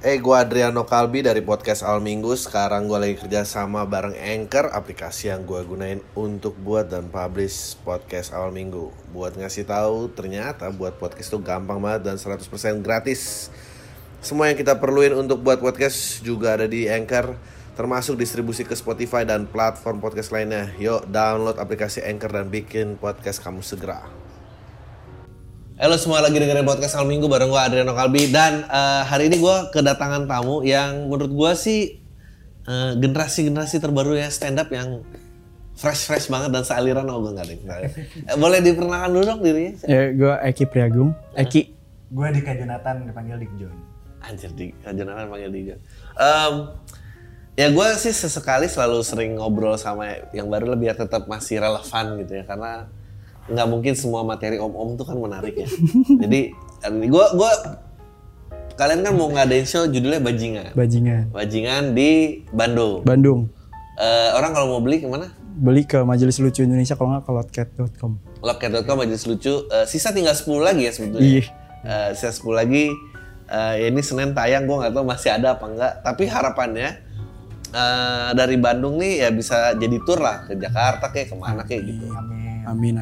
Gue Adriano Kalbi dari podcast Awal Minggu. Sekarang gue lagi kerja sama bareng Anchor, aplikasi yang gue gunain untuk buat dan publish podcast Awal Minggu. Buat ngasih tahu, ternyata buat podcast itu gampang banget dan 100% gratis. Semua yang kita perluin untuk buat podcast juga ada di Anchor, termasuk distribusi ke Spotify dan platform podcast lainnya. Yuk download aplikasi Anchor dan bikin podcast kamu segera. Halo semua, lagi dengerin podcast Awal Minggu bareng gue Adriano Kalbi. Dan hari ini gue kedatangan tamu yang menurut gue sih generasi terbaru ya stand up yang fresh banget dan sealiran. Gue gak ada. Boleh diperkenalkan dulu dong dirinya? Ya, gue Eki Priagung. Eki. Gue Dika Jonathan, dipanggil Dik John. Anjir, Dika Jonathan panggil Dik John. Ya gue sih sesekali selalu sering ngobrol sama yang baru biar tetap masih relevan gitu ya, karena nggak mungkin semua materi om-om tuh kan menarik ya. Jadi gue kalian kan mau ngadain show judulnya Bajingan di Bandung. Orang kalau mau beli kemana? Beli ke Majelis Lucu Indonesia, kalau nggak ke lotcat.com. Lotcat.com, Majelis Lucu. Sisa tinggal 10 lagi ya sebetulnya. Iya. Sisa 10 lagi. Ini Senin tayang, gue nggak tahu masih ada apa enggak. Tapi harapannya dari Bandung nih ya bisa jadi tour lah ke Jakarta kayak kemana kayak gitu. Amin.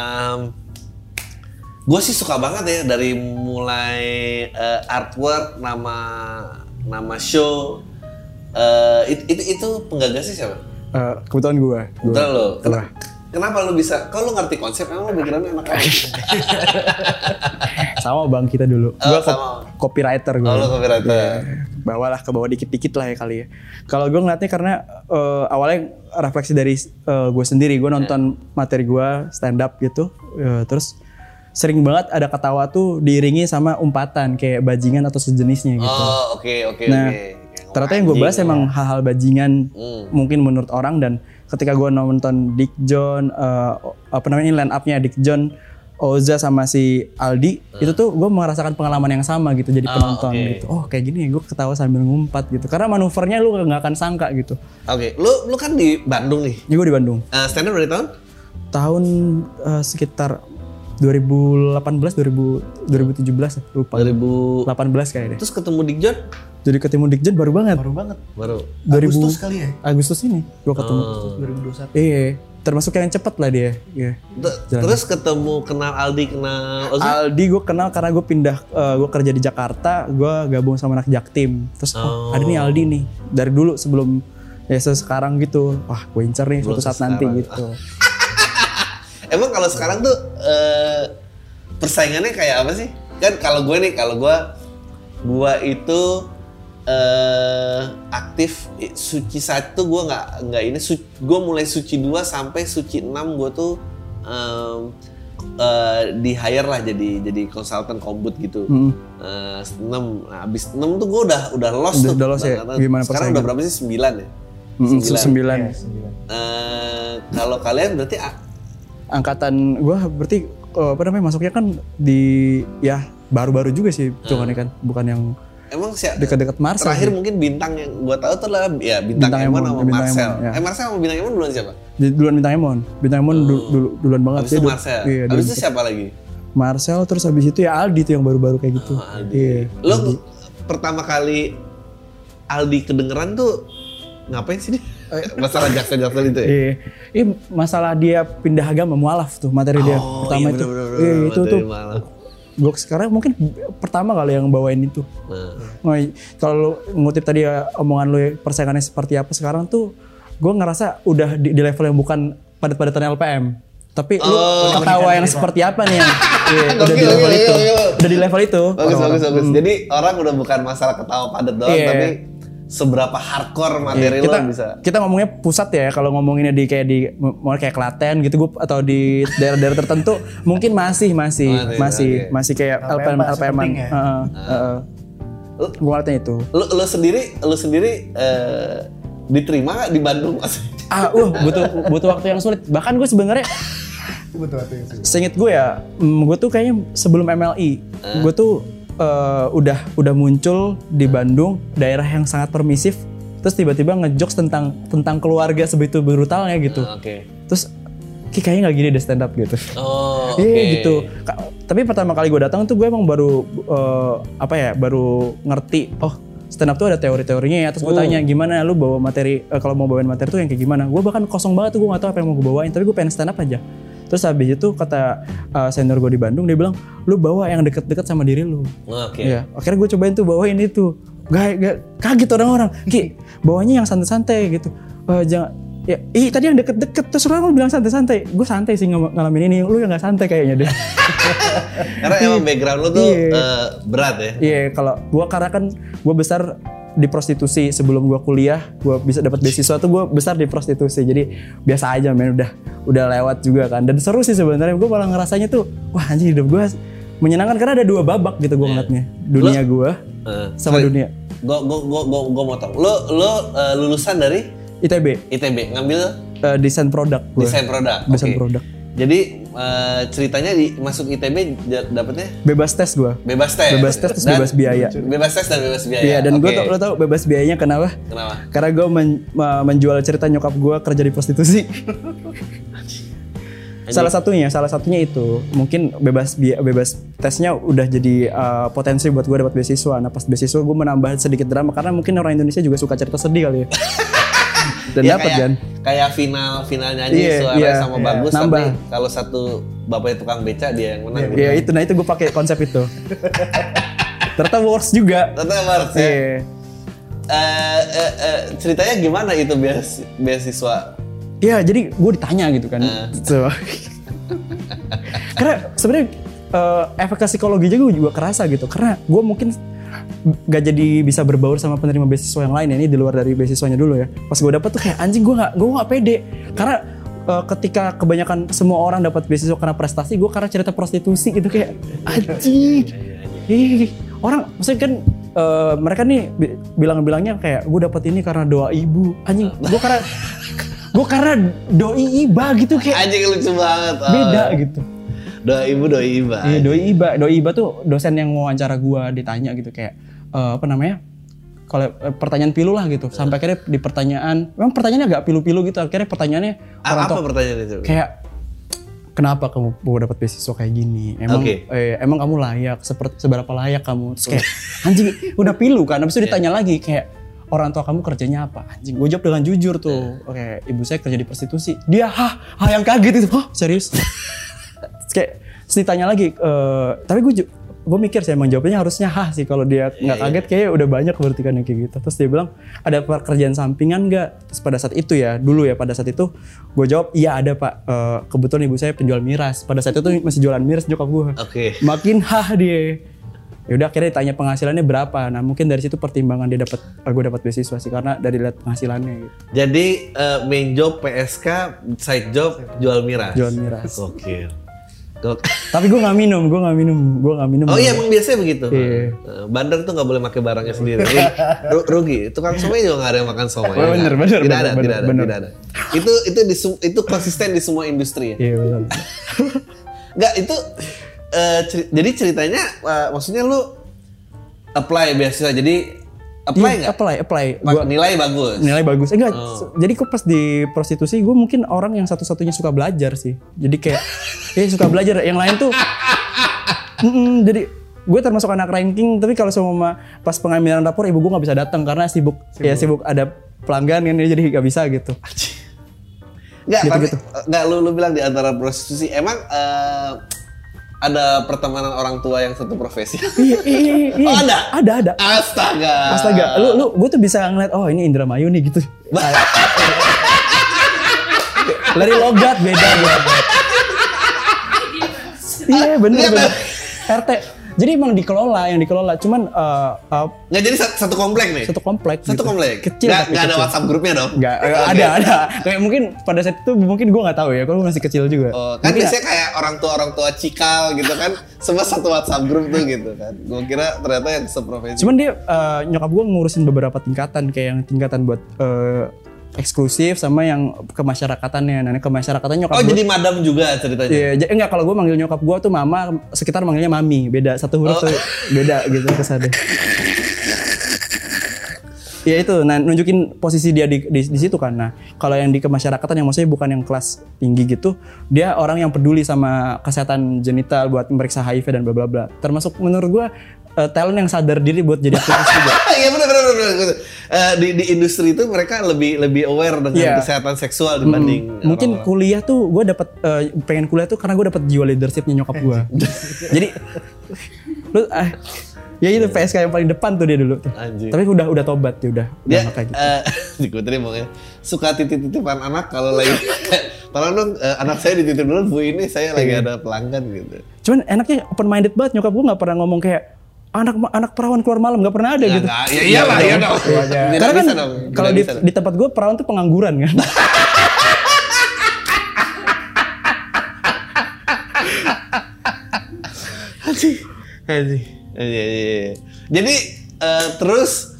Gue sih suka banget ya dari mulai artwork, nama show. Itu penggagasnya siapa? Kebetulan gue. Betul lo. Kenapa lo bisa? Kalau lo ngerti konsep, emang lo pikirannya enak aja. Sama bang kita dulu. Gue copywriter gue. Oh, lo copywriter. Yeah. Bawalah ke bawah dikit-dikit lah ya kali ya. Kalau gue ngeliatnya karena awalnya refleksi dari gue sendiri. Gue nonton materi gue stand up gitu. Terus sering banget ada ketawa tuh diiringi sama umpatan kayak bajingan atau sejenisnya gitu. Oh oke. Nah, ternyata yang gue bahas emang hal-hal bajingan mungkin menurut orang. Dan ketika gue nonton Dik John, line up-nya Dik John, Oza sama si Aldi, itu tuh gue merasakan pengalaman yang sama gitu jadi penonton gitu. Oh kayak gini ya, gue ketawa sambil ngumpat gitu. Karena manuvernya lu gak akan sangka gitu. Oke. Lu kan di Bandung nih? Ya gue di Bandung. Stand up dari tahun? Tahun sekitar 2018, 2017 lupa. 2018 kayaknya deh. Terus ketemu Dik John? Jadi ketemu Dik John baru banget. Baru. Agustus kali ya? Agustus ini gue ketemu. 2021. Iya. Termasuk yang cepet lah dia. Yeah. Terus kenal Aldi, kenal Oza? Aldi gue kenal karena gue pindah, gue kerja di Jakarta, gue gabung sama anak Jaktim. Terus ada nih Aldi nih, dari dulu sebelum ya sekarang gitu. Wah gue incer nih suatu saat nanti gitu. Emang kalau sekarang tuh persaingannya kayak apa sih? Kan kalau gue itu aktif suci 1 gue nggak ini, gue mulai suci 2 sampai suci 6 gue tuh di hire lah jadi konsultan kombut gitu. 6, nah, abis 6 tuh gue udah lost tuh. Udah lost ya? Gimana sekarang udah berapa sih? 9 ya? 9. Kalau kalian berarti angkatan gue berarti masuknya kan di ya baru-baru juga sih, cuman kan bukan yang emang dekat-dekat Marcel. Terakhir sih. Mungkin bintang yang gue tahu tuh lah ya bintang Emon sama Marcel. Ya. Marcel sama bintang Emon duluan siapa? Duluan bintang Emon. Bintang Emon duluan banget. Habis itu Marcel. Iya, habis itu siapa lagi? Marcel, terus habis itu ya Aldi tuh yang baru-baru kayak gitu. Aldi. Iya. Lo pertama kali Aldi kedengeran tuh ngapain sih dia? Masalah jaksel itu ya? Iya, masalah dia pindah agama, mualaf tuh materi dia pertama itu. Iya, itu tuh. Gue sekarang mungkin pertama kali yang bawain itu. Kalau lu ngutip tadi omongan lu persaingannya seperti apa sekarang tuh, gue ngerasa udah di level yang bukan padat-padatan LPM. Tapi lu ketawa yang seperti apa nih yang udah di level itu. Udah di level itu. Bagus. Jadi orang udah bukan masalah ketawa padat doang, tapi seberapa hardcore materi lo bisa. Kita ngomongnya pusat ya, kalau ngomonginnya di kayak Klaten gitu atau di daerah-daerah tertentu mungkin masih kayak LPM-an. Gue ngerti itu. Lo sendiri diterima gak di Bandung Mas? Butuh waktu yang sulit. Bahkan gue sebenarnya seinget gue ya, gue tuh kayaknya sebelum MLI, gue tuh udah muncul di Bandung, daerah yang sangat permisif, terus tiba-tiba ngejokes tentang keluarga sebegitu brutalnya gitu. Terus kayaknya nggak gini deh stand up gitu. Gitu. Tapi pertama kali gue datang tuh gue emang baru baru ngerti, oh stand up tuh ada teori-teorinya ya. Terus gue tanya gimana lu bawa materi, kalau mau bawain materi tuh yang kayak gimana. Gue bahkan kosong banget tuh, gue gak tahu apa yang mau gue bawain, tapi gue pengen stand up aja. Terus habis itu kata senior gue di Bandung, dia bilang lu bawa yang deket-deket sama diri lu. Ya, akhirnya gue cobain tuh bawain itu. Gak kaget orang-orang, Ki bawanya yang santai-santai gitu. Jangan ya, tadi yang deket-deket, terus orang bilang santai-santai. Gue santai sih ngalamin ini, lu yang gak santai kayaknya deh. Karena emang background lu tuh berat ya? Iya, kalau gue karena kan gue besar di prostitusi. Sebelum gue kuliah, gue bisa dapat beasiswa tuh gue besar di prostitusi. Jadi biasa aja men, udah lewat juga kan. Dan seru sih sebenarnya, gue malah ngerasanya tuh, wah anjir hidup gue menyenangkan karena ada 2 babak gitu gue ngeliatnya. Dunia gue sama dunia. Gue motong. Lo lulusan dari? ITB, ngambil desain produk. Desain produk. Desain produk. Jadi ceritanya masuk ITB dapetnya? Bebas tes gue. Bebas tes terus bebas biaya. Bebas tes dan bebas biaya. Iya, dan gue lo tau bebas biayanya kenapa? Karena gue menjual cerita nyokap gue kerja di prostitusi. Salah satunya itu mungkin bebas tesnya udah jadi potensi buat gue dapat beasiswa. Nah pas beasiswa gue menambah sedikit drama karena mungkin orang Indonesia juga suka cerita sedih kali ya. Dan ya, dapat kan kayak final nyanyi suara sama bagus nambah. Tapi kalau satu bapaknya tukang beca dia yang menang. Iya itu, nah itu gue pakai konsep itu. Ternyata works juga. Ya. Ceritanya gimana itu beasiswa? Iya, jadi gue ditanya gitu kan. Karena sebenarnya efek psikologi juga kerasa gitu. Karena gue mungkin gak jadi bisa berbaur sama penerima beasiswa yang lain ya. Ini di luar dari beasiswanya dulu ya. Pas gue dapet tuh kayak anjing, gue gak pede. Karena ketika kebanyakan semua orang dapat beasiswa karena prestasi, gue karena cerita prostitusi gitu kayak anjing. Orang maksudnya kan mereka nih bilangnya kayak gue dapat ini karena doa ibu. Anjing, gue karena doi iba gitu kayak anjing lucu banget. Beda gitu. Doi iba. Iya, doi iba tuh dosen yang wawancara gue, ditanya gitu kayak kalau pertanyaan pilu lah gitu. Sampai akhirnya di pertanyaan, memang pertanyaannya agak pilu-pilu gitu. Akhirnya pertanyaannya apa pertanyaan itu? Kayak kenapa kamu mau dapat beasiswa kayak gini? Emang kamu layak? Seberapa layak kamu? Terus kayak anjing udah pilu kan. Habis itu ditanya lagi kayak orang tua kamu kerjanya apa? Anjing, gue jawab dengan jujur tuh. Oke, ibu saya kerja di prostitusi. Dia yang kaget itu. Serius? Kayak ditanya lagi, tapi gue mikir sih emang jawabnya harusnya sih. Kalau dia nggak kaget kayaknya udah banyak berarti kan yang kayak gitu. Terus dia bilang ada pekerjaan sampingan nggak? Terus pada saat itu ya pada saat itu gue jawab iya ada pak. Kebetulan ibu saya penjual miras. Pada saat itu masih jualan miras nyokap gue. Makin dia. Yaudah akhirnya ditanya penghasilannya berapa. Nah mungkin dari situ pertimbangan gue dapat beasiswa sih karena dari lihat penghasilannya gitu. Jadi main job PSK, side job jual miras. Oke. Tapi gue nggak minum. Oh iya emang biasanya begitu. Iya. Bandar tuh nggak boleh pakai barangnya sendiri. Rugi. Tukang somai juga nggak ada yang makan somai. Bener. Tidak ada. Itu konsisten di semua industri ya. Iya betul. Nggak itu. Jadi ceritanya, maksudnya lu apply beasiswa. Jadi apply nggak? Apply. Nilai bagus. Enggak. Jadi kok pas di prostitusi gue mungkin orang yang satu-satunya suka belajar sih. Jadi kayak suka belajar. Yang lain tuh jadi gue termasuk anak ranking, tapi kalau semua pas pengambilan rapor ibu gue nggak bisa datang karena sibuk ada pelanggan kan, jadi nggak bisa gitu. Nggak lu bilang di antara prostitusi emang ada pertemanan orang tua yang satu profesi. Iya. Oh, ada. Astaga. Gue tuh bisa ngeliat, oh ini Indramayu nih gitu. Lari logat beda. Iya bener. RT. Jadi emang yang dikelola. Cuman nggak jadi satu komplek nih. Satu komplek. Kecil. Nggak ada WhatsApp grupnya dong. Nggak. Ada. Kayak mungkin pada saat itu gue nggak tahu ya. Kalau masih kecil juga. Oh, kan biasanya kayak orang tua cikal gitu kan. Semua satu WhatsApp grup tuh gitu kan. Gue kira ternyata yang seprofesi. Cuman dia nyokap gue ngurusin beberapa tingkatan, kayak yang tingkatan buat eksklusif sama yang kemasyarakatannya. Nah, kemasyarakatannya nyokap gue. Jadi madam juga ceritanya. Iya, enggak, kalau gue manggil nyokap gue tuh mama, sekitar manggilnya mami, beda satu huruf tuh beda gitu kesannya. Ya itu, nah nunjukin posisi dia di situ kan. Nah, kalau yang di kemasyarakatan yang maksudnya bukan yang kelas tinggi gitu, dia orang yang peduli sama kesehatan genital buat memeriksa HIV dan bla bla bla. Termasuk menurut gue talent yang sadar diri buat jadi aktivis juga. Iya benar. Di industri itu mereka lebih aware dengan kesehatan seksual dibanding mungkin kuliah tuh gue dapat pengen kuliah tuh karena gue dapat jiwa leadershipnya nyokap gue. Jadi lu ya itu PSK yang paling depan tuh dia dulu tuh. Anjing. Tapi udah tobat dia dia kayak gitu. gue tadi ngomongnya suka titip-titipan anak kalau lagi tolong dong anak saya dititip dulu Bu ini saya lagi ada pelanggan gitu. Cuman enaknya open minded banget, nyokap gue nggak pernah ngomong kayak anak perawan keluar malam, nggak pernah ada gitu. Ya iyalah ya dong. Karena kan kalau di tempat gue perawan tuh pengangguran kan. Anjing. Jadi terus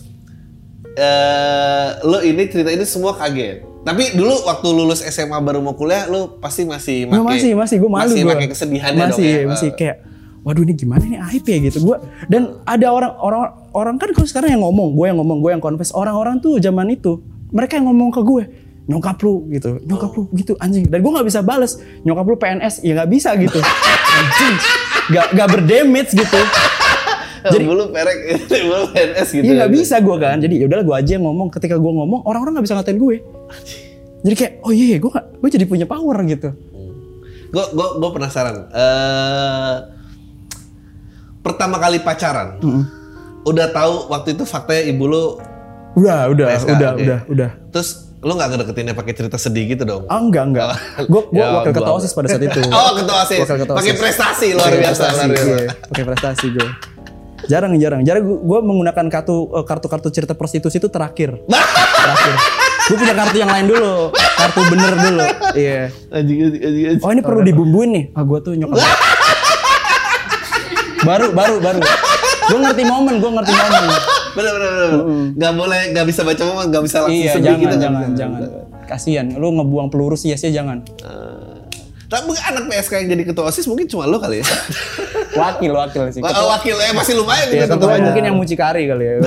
lo ini cerita ini semua kaget. Tapi dulu waktu lulus SMA baru mau kuliah lo pasti masih masih gue malu, masih pakai kesedihannya dong ya. Masih kayak waduh ini gimana nih aib ya gitu. Gue dan ada orang kan kalau sekarang yang ngomong, gue yang confess. Orang-orang tuh zaman itu mereka yang ngomong ke gue, nyokap lu gitu anjing. Dan gue nggak bisa bales, nyokap lu PNS ya nggak bisa gitu. Anjing, nggak berdamage gitu. Jadi bulu perek itu bulu PNS gitu. Iya nggak bisa gue kan. Jadi yaudahlah gue aja yang ngomong. Ketika gue ngomong orang-orang nggak bisa ngatain gue. Jadi kayak oh iya gue jadi punya power gitu. Gue penasaran. Pertama kali pacaran, udah tahu waktu itu faktanya ibu lu udah. Terus lu nggak ngedeketinnya pakai cerita sedih gitu dong? Enggak. Gue wakil ketua OSIS pada saat itu. Oh ketua OSIS. Pakai prestasi luar biasa. Pakai prestasi gue. Jarang. Gue menggunakan kartu cerita prostitusi itu terakhir. Gue punya kartu yang lain dulu, kartu bener dulu. Iya. Oh ini perlu dibumbuin nih. Gue tuh nyokap. Baru. Gue ngerti momen. Bener. Gak bisa baca momen, gak bisa langsung sedih gitu. Jangan. Kasian, lu ngebuang peluru sia-sia jangan. Tapi anak PSK yang jadi ketua OSIS mungkin cuma lu kali ya? Wakil sih. Wakil masih lumayan. Iya, ketua mungkin yang mucikari kali ya.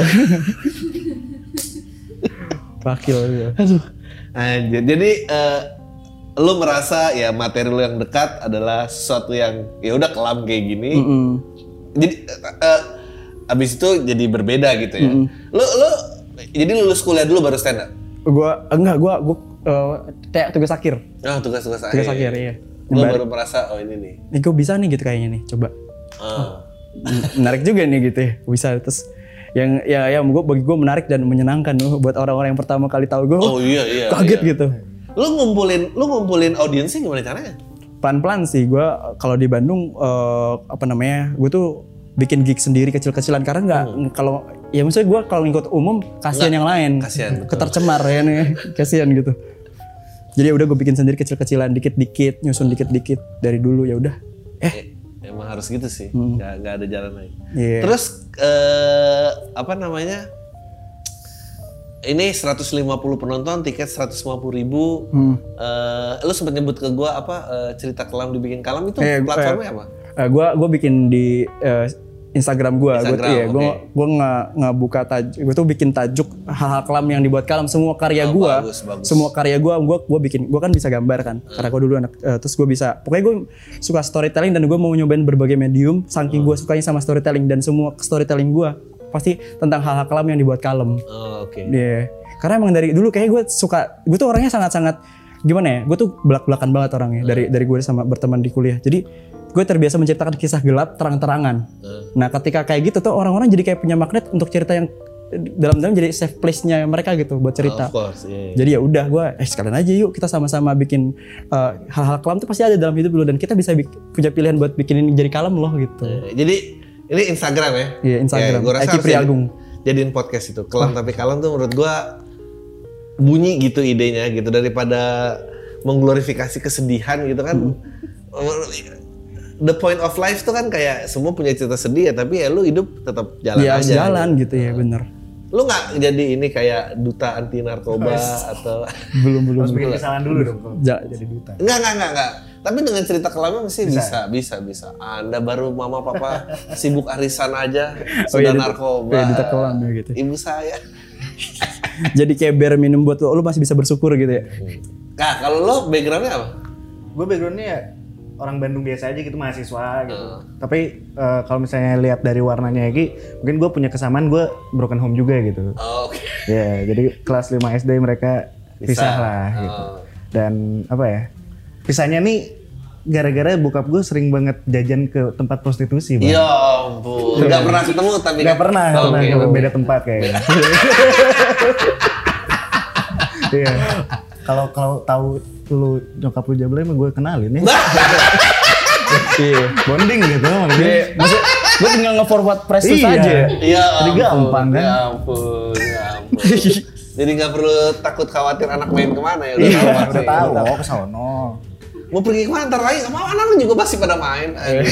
Wakil ya. Aduh. Anjir. Jadi lu merasa ya materi lu yang dekat adalah sesuatu yang ya udah kelam kayak gini. Jadi abis itu jadi berbeda gitu ya. Lu jadi lulus kuliah dulu baru stand up? Gue tugas akhir. Oh, tugas akhir. Tugas akhir iya. Lu baru merasa oh ini nih. Gue bisa nih gitu kayaknya nih, coba. Menarik juga nih gitu ya. Bisa terus yang bagi gue menarik dan menyenangkan buat orang-orang yang pertama kali tahu gue. Oh iya. Kaget gitu. Lu ngumpulin audiensnya gimana caranya? Pelan-pelan sih gue kalau di Bandung gue tuh bikin gig sendiri kecil-kecilan karena nggak kalau ya maksudnya gue kalau ngikut umum kasihan yang lain, ketercemar ya nih, kasihan gitu. Jadi udah gue bikin sendiri kecil-kecilan, dikit-dikit, nyusun dikit-dikit dari dulu ya udah. Emang harus gitu sih, nggak ada jalan lain. Yeah. Terus ini 150 penonton, tiket 150.000. Lu sempat nyebut ke gue cerita kelam dibikin kalam itu platformnya apa? Gue bikin di Instagram gue. Gue nggak buka tajuk. Gue tuh bikin tajuk hal-hal kelam yang dibuat kalam. Semua karya gue, gue bikin. Gue kan bisa gambar kan. Karena gue dulu anak. Terus gue bisa. Pokoknya gue suka storytelling dan gue mau nyobain berbagai medium. Saking gue sukanya sama storytelling dan semua storytelling gue pasti tentang hal-hal kelam yang dibuat kalem. Yeah. Karena emang dari dulu kayak gue suka. Gue tuh orangnya sangat-sangat gimana ya? Gue tuh belak-belakan banget orangnya dari gue sama berteman di kuliah. Jadi gue terbiasa menciptakan kisah gelap terang-terangan. Nah ketika kayak gitu tuh orang-orang jadi kayak punya magnet untuk cerita yang dalam-dalam jadi safe place-nya mereka gitu buat cerita. Of course, yeah. Jadi ya udah gue sekalian aja yuk kita sama-sama bikin hal-hal kelam tuh pasti ada dalam hidup lu dan kita bisa punya pilihan buat bikin ini jadi kalem loh gitu. Jadi ini Instagram ya? Iya Instagram. Gue rasa harus jadiin podcast itu kelam tapi kalem tuh menurut gue bunyi gitu idenya gitu daripada mengglorifikasi kesedihan gitu kan. The point of life tuh kan kayak semua punya cerita sedih ya tapi ya lu hidup tetap jalan aja. Iya jalan gitu ya bener. Lu nggak jadi ini kayak duta anti narkoba atau belum harus bikin kesalahan dulu dong jadi duta. Enggak. Tapi dengan cerita kelamnya sih bisa. Anda baru mama papa sibuk arisan aja sudah narkoba. Kayak duta kelam ya gitu. Ibu saya. Jadi kayak biar minum buat lu masih bisa bersyukur gitu ya. Nah kalau lo backgroundnya apa? Gue backgroundnya orang Bandung biasa aja gitu, mahasiswa gitu. Tapi kalau misalnya lihat dari warnanya Egi, mungkin gue punya kesamaan, gue broken home juga gitu. Oke. Ya, jadi kelas 5 SD mereka pisah lah gitu. Dan apa ya? Pisahnya nih gara-gara bokap gue sering banget jajan ke tempat prostitusi, Bang. Ya ampun. Nggak pernah ketemu tapi Nggak pernah, beda tempat kayaknya. Iya. Kalau tahu lu nyokap lu Jablay mah gue kenalin ya. Iya. Bonding gitu maksudnya. Maksud gue tinggal nge-forward press aja. Iya. Jadi gampang kan? Ya ampun. Jadi nggak perlu takut khawatir anak main kemana ya. Udah tahu, ke sono. Mau pergi kemana ntar lagi, sama anak lu juga pasti pada main.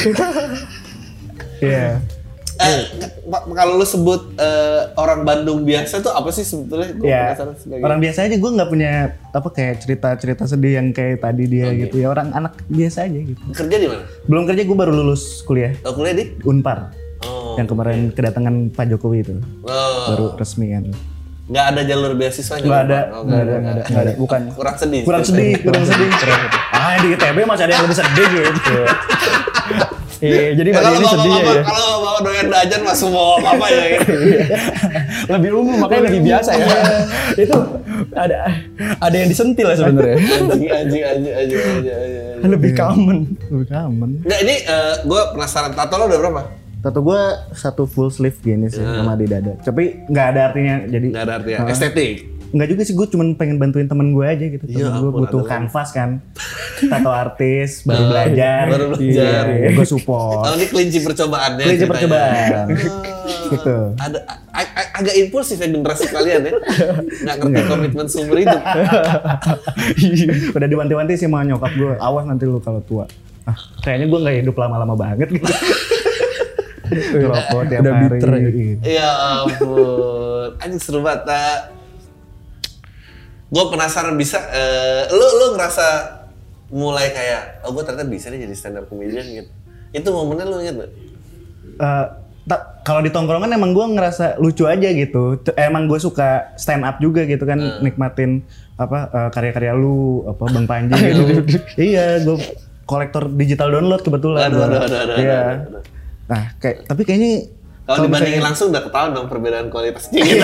Iya. Kalau lu sebut orang Bandung biasa tuh apa sih sebetulnya? Gua penasaran sebagai Orang biasa aja, gue nggak punya apa kayak cerita sedih yang kayak tadi dia gitu ya, orang anak biasa aja gitu. kerja di mana? Belum kerja, gue baru lulus kuliah Oh, kuliah di? Unpar. Yang kemarin kedatangan Pak Jokowi itu. Baru resmi kan. Nggak ada jalur beasiswa? Nggak ada. Bukan. Kurang sedih. Kurang sedih. Ah, di ITB masih ada yang lebih sedih gitu. Iya, jadi Kalau ini sedih ya. Kalau bawa doyan dajan masuk mau apa ya gitu. Lebih umum makanya lebih biasa ya. Itu ada yang disentil ya sebenarnya. Anjing. Lebih common. Nggak, ini gue penasaran, tato lo udah berapa? Tato gue satu full sleeve gini sih sama di dada. Tapi nggak ada artinya, jadi Nggak ada artinya, estetik. nggak juga sih, gue cuma pengen bantuin temen gue aja gitu. Ya Temen gue ampun, butuh ada kanvas kan, tato artis, baru belajar. Iya, gue support. Oh, ini kelinci percobaannya. Kelinci ceritanya. percobaan. Gitu. Ada agak impulsif ya generasi kalian ya. Nggak ngerti komitmen seumur hidup. Udah diwanti-wanti sih sama nyokap gue, awas nanti lu kalau tua. Ah, kayaknya gue nggak hidup lama-lama banget gitu. Ngerokok tiap Udah hari. bitter ya. Ya ampun, anjing seru banget. Gue penasaran bisa, lu ngerasa mulai kayak, oh gue ternyata bisa nih jadi stand up comedian gitu. Itu momennya lu inget gak? Kalau di tongkrongan emang gue ngerasa lucu aja gitu. Emang gue suka stand up juga gitu kan, nikmatin apa karya-karya lu, apa Bang Panji gitu. Iya, gue kolektor digital download kebetulan. Iya. Nah, tapi kayaknya kalau dibandingin langsung udah ketahuan dong perbedaan kualitasnya gitu.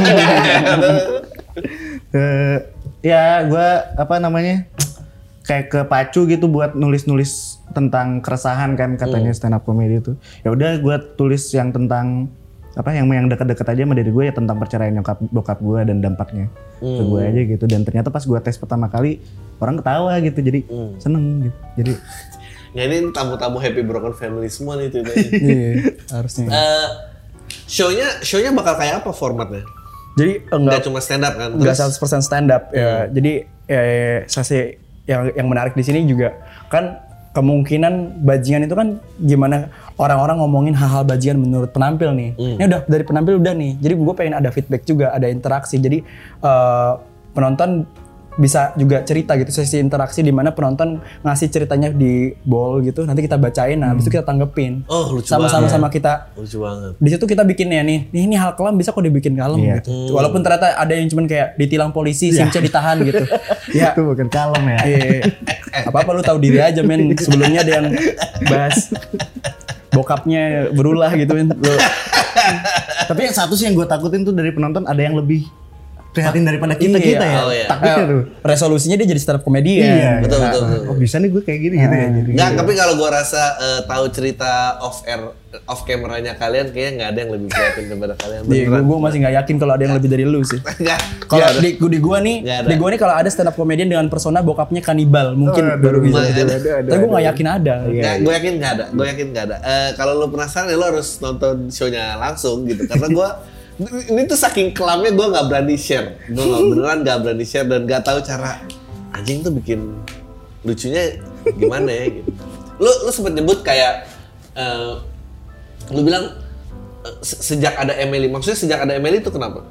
Ya gue apa namanya kayak kepacu gitu buat nulis tentang keresahan kan katanya stand up comedy itu. Ya udah gue tulis yang tentang apa yang dekat-dekat aja sama diri gue, ya tentang perceraian bokap gue dan dampaknya ke gue aja gitu. Dan ternyata pas gue tes pertama kali orang ketawa gitu, jadi seneng gitu. Jadi ya ini tamu-tamu Happy Broken Family semua nih itu. Iya, harusnya. Show-nya bakal kayak apa formatnya? Jadi Nggak cuma stand up kan? Enggak 100% stand up ya. Jadi sesi yang menarik di sini juga kan kemungkinan bajingan itu kan gimana orang-orang ngomongin hal-hal bajingan menurut penampil nih. Ini udah dari penampil udah nih. Jadi gue pengen ada feedback juga, ada interaksi. Jadi penonton bisa juga cerita gitu, sesi interaksi di mana penonton ngasih ceritanya di bowl gitu, nanti kita bacain, nah habis itu kita tanggepin. Oh, lucu sama-sama banget. sama kita. Lucu banget. Di situ kita bikinnya nih ini hal kelam bisa kok dibikin kalem gitu. Walaupun ternyata ada yang cuman kayak ditilang polisi, Simca ditahan gitu. Ya, itu bukan kalem ya. Apa-apa lu tahu diri aja men. Sebelumnya ada yang bahas bokapnya berulah gitu men. Tapi yang satu sih yang gue takutin tuh dari penonton, ada yang lebih prihatin daripada kita ya. Oh, iya. Takutnya tuh. Resolusinya dia jadi stand up comedian. Iya, betul. Oh bisa nih gue kayak gini gitu ya. Nggak, tapi kalau gue rasa tahu cerita off cameranya kalian, kayaknya nggak ada yang lebih prihatin daripada kalian. Iya, gue masih nggak yakin kalau ada yang lebih dari lu sih. Kalau di gua nih kalau ada stand up comedian dengan persona bokapnya kanibal, mungkin baru bisa. Tapi gue nggak yakin ada. Gue yakin nggak ada. Kalau lu penasaran ya lu harus nonton show-nya langsung gitu, karena gue ini tuh saking kelamnya gue nggak berani share. Gue beneran nggak berani share dan nggak tahu cara anjing tuh bikin lucunya gimana ya gitu. Lu sempet nyebut kayak lu bilang sejak ada Emily, maksudnya sejak ada Emily itu kenapa?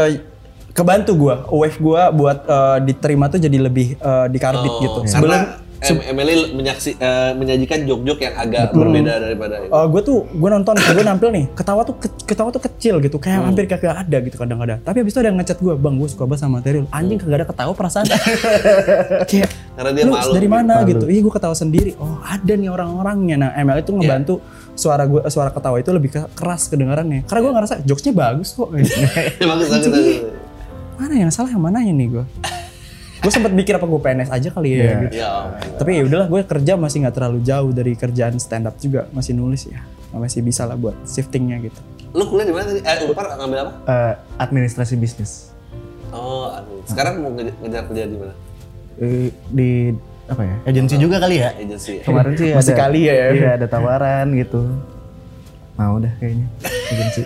Kebantu gue, wave gue buat diterima tuh jadi lebih dikarbit gitu. Emily menyajikan jok-jok yang agak berbeda daripada itu. Gue nonton, gue nampil nih, ketawa tuh kecil gitu, kayak hampir kagak ada gitu kadang-kadang. Tapi abis itu ada yang ngechat gue, bang gue suka banget sama material, anjing kagak ada ketawa perasaan. Kayak, karena dia lu malu. dari mana gitu? Iya gue ketawa sendiri. Oh ada nih orang-orangnya. Nah ML itu ngebantu suara ketawa itu lebih keras kedengarannya. Karena gue ngerasa jokesnya bagus kok. Bagus. Mana yang salah yang mana ini gue? Gue sempat mikir apa gue PNS aja kali ya. Gitu. Tapi ya udahlah, gue kerja masih nggak terlalu jauh dari kerjaan stand up juga, masih nulis ya, masih bisa lah buat shiftingnya gitu. Lu kuliah di mana tadi? Unpar ngambil apa? Administrasi bisnis. Oh, sekarang mau ngejar kerja di mana? Di apa ya? Agensi juga kali ya? Agensi. Kemarin sih masih ada, kali ya. Iya ada tawaran gitu. Mau dah kayaknya agensi.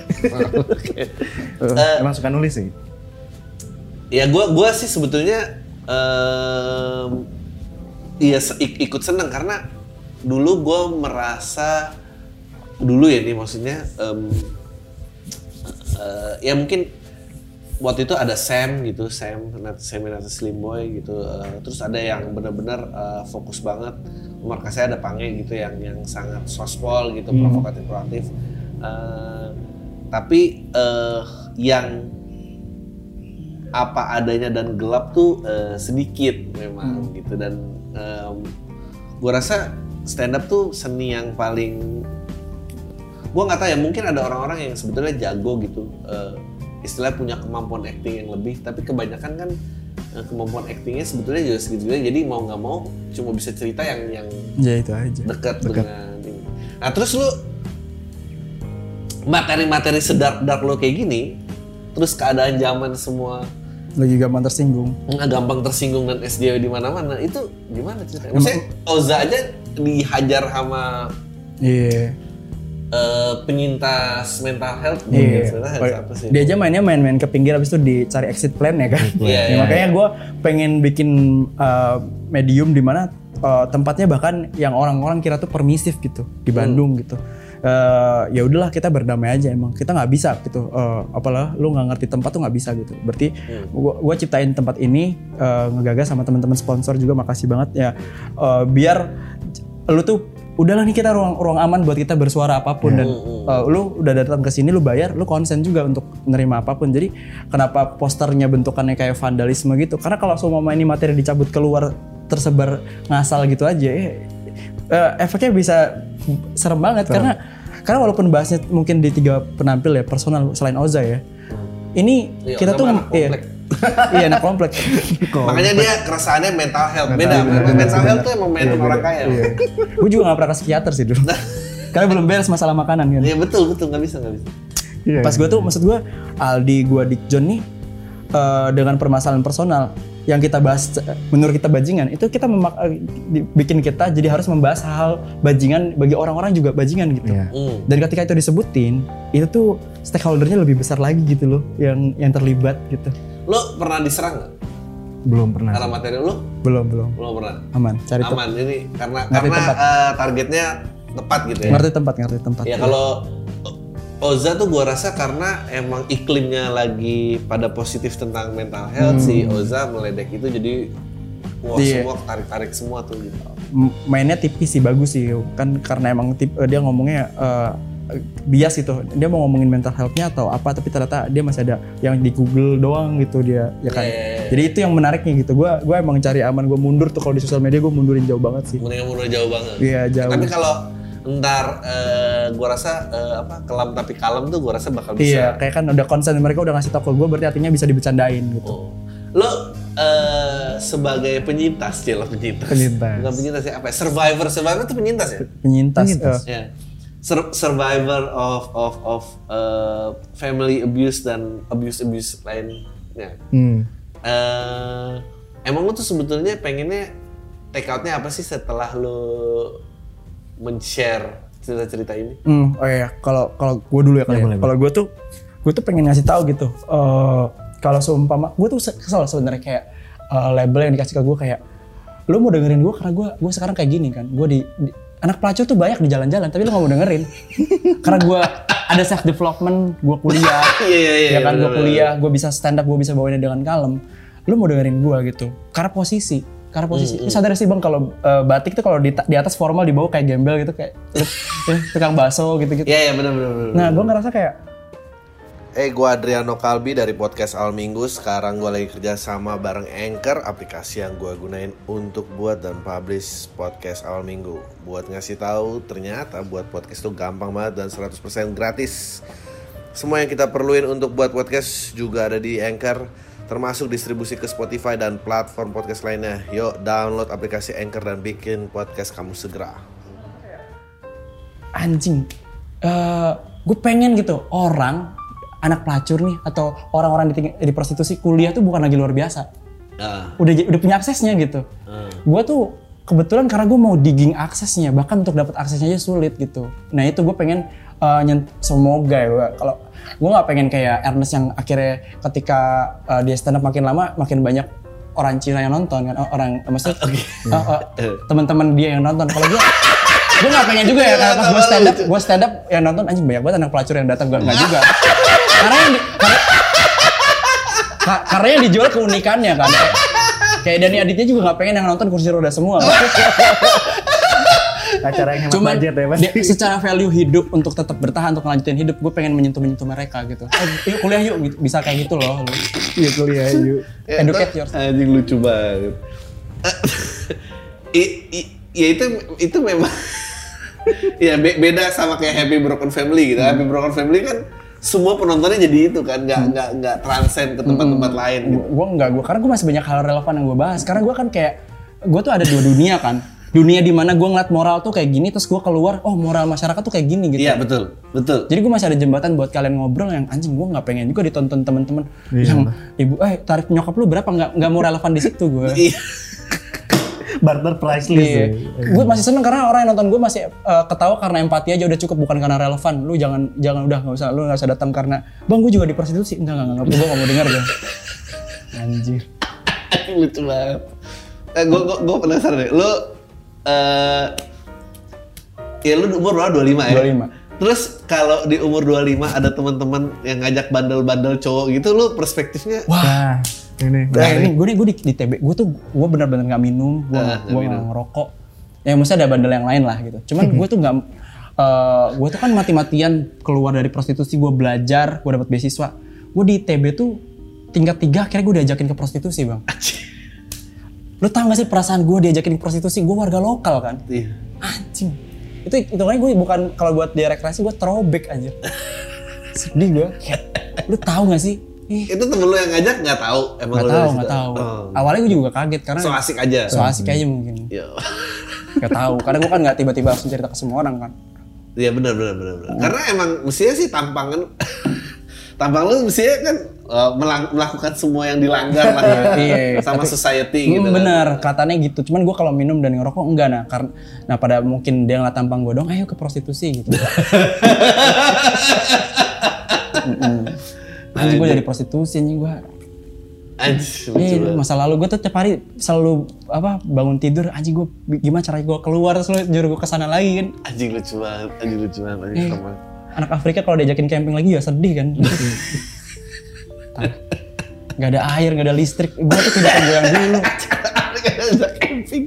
Emang suka nulis sih? Ya gue sih sebetulnya ikut seneng karena dulu gue merasa ya nih maksudnya ya mungkin waktu itu ada Sam Slim Boy gitu, terus ada yang benar-benar fokus banget, markasnya ada Pange gitu yang sangat sospol gitu, provokatif, tapi yang apa adanya dan gelap tuh sedikit memang gitu, dan gue rasa stand up tuh seni yang paling, gue nggak tahu ya, mungkin ada orang-orang yang sebetulnya jago gitu, istilahnya punya kemampuan acting yang lebih, tapi kebanyakan kan kemampuan actingnya sebetulnya juga segitu, jadi mau nggak mau cuma bisa cerita yang ya itu aja dekat dengan ini. Nah terus lu materi-materi sedark lo kayak gini, terus keadaan zaman semua lagi gampang tersinggung dan SJW di mana-mana, itu gimana ceritanya? Maksudnya Oza aja dihajar sama penyintas mental health, apa sih? Dia aja main ke pinggir, habis itu dicari exit plan ya kan. Makanya gue pengen bikin medium di mana tempatnya bahkan yang orang-orang kira tuh permisif gitu di Bandung gitu. Ya udahlah kita berdamai aja, emang kita nggak bisa gitu, apalah lu nggak ngerti tempat tuh nggak bisa gitu. Berarti gua ciptain tempat ini, ngegagas sama teman-teman sponsor juga, makasih banget ya, biar lu tuh udahlah nih kita ruang aman buat kita bersuara apapun, dan lu udah datang ke sini, lu bayar, lu konsen juga untuk menerima apapun. Jadi kenapa posternya bentukannya kayak vandalisme gitu? Karena kalau semua ini materi dicabut keluar tersebar ngasal gitu aja, efeknya bisa serem banget. Karena walaupun bahasnya mungkin di 3 penampil ya personal selain Oza ya, ini kita tuh anak komplek. Makanya dia keresahannya mental health. Beda, mental health tuh emang main orang kaya. Gue juga gak pernah ke psikiater sih dulu. Karena belum beres masalah makanan kan. Iya betul, gak bisa. Pas gue tuh, maksud gue Aldi, gue Dick John nih, dengan permasalahan personal yang kita bahas, menurut kita bajingan, itu kita bikin kita jadi harus membahas hal bajingan bagi orang-orang juga bajingan gitu. Dan ketika itu disebutin, itu tuh stakeholdernya lebih besar lagi gitu loh, yang terlibat gitu. Lo pernah diserang nggak? Belum pernah. Karena materi lo? Belum pernah. Aman, cari aman. Ini karena targetnya tepat gitu ya. Ngerti tempat. Ya kalau Oza tuh gua rasa karena emang iklimnya lagi pada positif tentang mental health, si Oza meledek itu, jadi semua tarik semua tuh gitu. Mainnya tipis sih, bagus sih kan, karena emang dia ngomongnya bias gitu, dia mau ngomongin mental health-nya atau apa, tapi ternyata dia masih ada yang di Google doang gitu dia, ya kan. Jadi itu yang menariknya gitu. Gue emang cari aman, gue mundur tuh kalau di sosial media, gue mundurin jauh banget sih. Mundur jauh banget. Iya jauh. Tapi kalau ntar gue rasa kelam tapi kalem tuh gue rasa bakal bisa. Iya, kayak kan udah konsen, mereka udah ngasih tau ke gue, berarti artinya bisa dibecandain gitu. Lo sebagai penyintas. Bukan penyintas ya, apa ya? Survivor itu penyintas ya? Penyintas. Ya. Survivor of family abuse dan abuse lainnya. Emang lo tuh sebetulnya pengennya take out-nya apa sih setelah lo men-share cerita-cerita ini? Oh iya, kalau gue dulu ya kali ya. Kalau gue tuh pengen ngasih tahu gitu. Kalau seumpama gue tuh kesel sebenarnya, kayak label yang dikasih ke gue kayak, lu mau dengerin gue karena gue sekarang kayak gini kan. Gue di anak pelacur tuh banyak di jalan-jalan, tapi lu gak mau dengerin. Karena gue ada self development, gue kuliah, ya kan, gue kuliah, gue bisa stand up, gue bisa bawainnya dengan kalem. Lu mau dengerin gue gitu, karena posisi. karena posisi. Lu sadar sih bang kalau batik tuh kalau di atas formal, di bawah kayak gembel gitu, kayak tukang bakso gitu-gitu. Iya benar. Nah gue ngerasa kayak Gue Adriano Kalbi dari podcast Al Minggu. Sekarang gue lagi kerja sama bareng Anchor, aplikasi yang gue gunain untuk buat dan publish podcast Al Minggu. Buat ngasih tahu ternyata buat podcast tuh gampang banget dan 100% gratis. Semua yang kita perluin untuk buat podcast juga ada di Anchor, termasuk distribusi ke Spotify dan platform podcast lainnya. Yuk download aplikasi Anchor dan bikin podcast kamu segera. Anjing, gue pengen gitu anak pelacur nih atau orang-orang di prostitusi kuliah tuh bukan lagi luar biasa. Udah punya aksesnya gitu. Gue tuh kebetulan karena gue mau digging aksesnya, bahkan untuk dapat aksesnya aja sulit gitu. Nah itu gue pengen semoga ya, kalau gue nggak pengen kayak Ernest yang akhirnya ketika dia stand up makin lama makin banyak orang Cina yang nonton kan, maksudnya teman-teman dia yang nonton. Kalau gue nggak pengen juga ya, karena pas gue stand up yang nonton anjing banyak banget anak pelacur yang datang, nggak juga. Karena yang dijual keunikannya kan. Kayak Dani Aditya juga nggak pengen yang nonton kursi roda semua. Acara yang hemat budget ya pasti. Secara value hidup untuk tetap bertahan, untuk lanjutin hidup, gue pengen menyentuh mereka gitu. Yuk kuliah yuk, bisa kayak gitu loh. Iya kuliah yuk. Educate yourself. Anjing lucu banget. Ya itu memang ya beda sama kayak Happy Broken Family gitu. Happy Broken Family kan semua penontonnya jadi itu kan, nggak transcend ke tempat-tempat lain gitu. Karena gue masih banyak hal relevan yang gue bahas. Karena gue kan kayak, gue tuh ada dua dunia kan. Dunia di mana gue ngeliat moral tuh kayak gini, terus gue keluar, moral masyarakat tuh kayak gini gitu. Iya betul. Jadi gue masih ada jembatan buat kalian ngobrol yang anjing, gue nggak pengen juga ditonton teman-teman yang ibu, tarif nyokap lu berapa, nggak mau relevan di situ gue. Barter priceless. Iya. Gue masih seneng karena orang yang nonton gue masih ketawa karena empati aja udah cukup, bukan karena relevan. Lu jangan udah lu nggak usah datang karena bang gue juga di prostitusi. Enggak gue nggak mau dengar gue. Anjir. Lucu banget. Gue penasaran deh. Lu umur berapa? 25 ya? 25. Terus kalau di umur 25 ada teman-teman yang ngajak bandel-bandel cowok gitu, lu perspektifnya? Wah. Ini gue di TB, gue benar-benar nggak minum, gue nggak ngerokok. Ya maksudnya ada bandel yang lain lah gitu. Cuman gue tuh nggak, gue tuh kan mati-matian keluar dari prostitusi, gue belajar, gue dapat beasiswa. Gue di TB tuh tingkat 3 akhirnya gue diajakin ke prostitusi bang. Lu tau gak sih perasaan gue diajakin ke prostitusi? Gue warga lokal kan. Iya. Anjing. Itu kan gue bukan kalau buat dia rekreasi, gue throwback aja. Sedih gue. Lu tau gak sih? Itu temen lu yang ngajak nggak tahu? Emang nggak tahu. Awalnya gue juga kaget karena so asik aja. So asik aja mungkin. Nggak tahu. Karena gue kan nggak tiba-tiba langsung cerita ke semua orang kan. Iya benar. Karena emang mestinya sih tampang lu mestinya kan melakukan semua yang dilanggar lah ya. Sama society gitu. Bener, katanya gitu. Cuman gue kalau minum dan ngerokok enggak karena pada mungkin dia ngeliat tampang gue dong, ayo ke prostitusi gitu. Anjing gue dari prostitusi anjing gue. Masa lalu gue tuh tiap hari selalu bangun tidur anjing gue gimana caranya gue keluar, terus lu nyuruh gue kesana lagi kan. Anjing lucu banget. Anak Afrika kalau diajakin camping lagi ya sedih kan. Gak ada air, gak ada listrik. Gue tuh tidak gue yang dulu. Gak ada camping.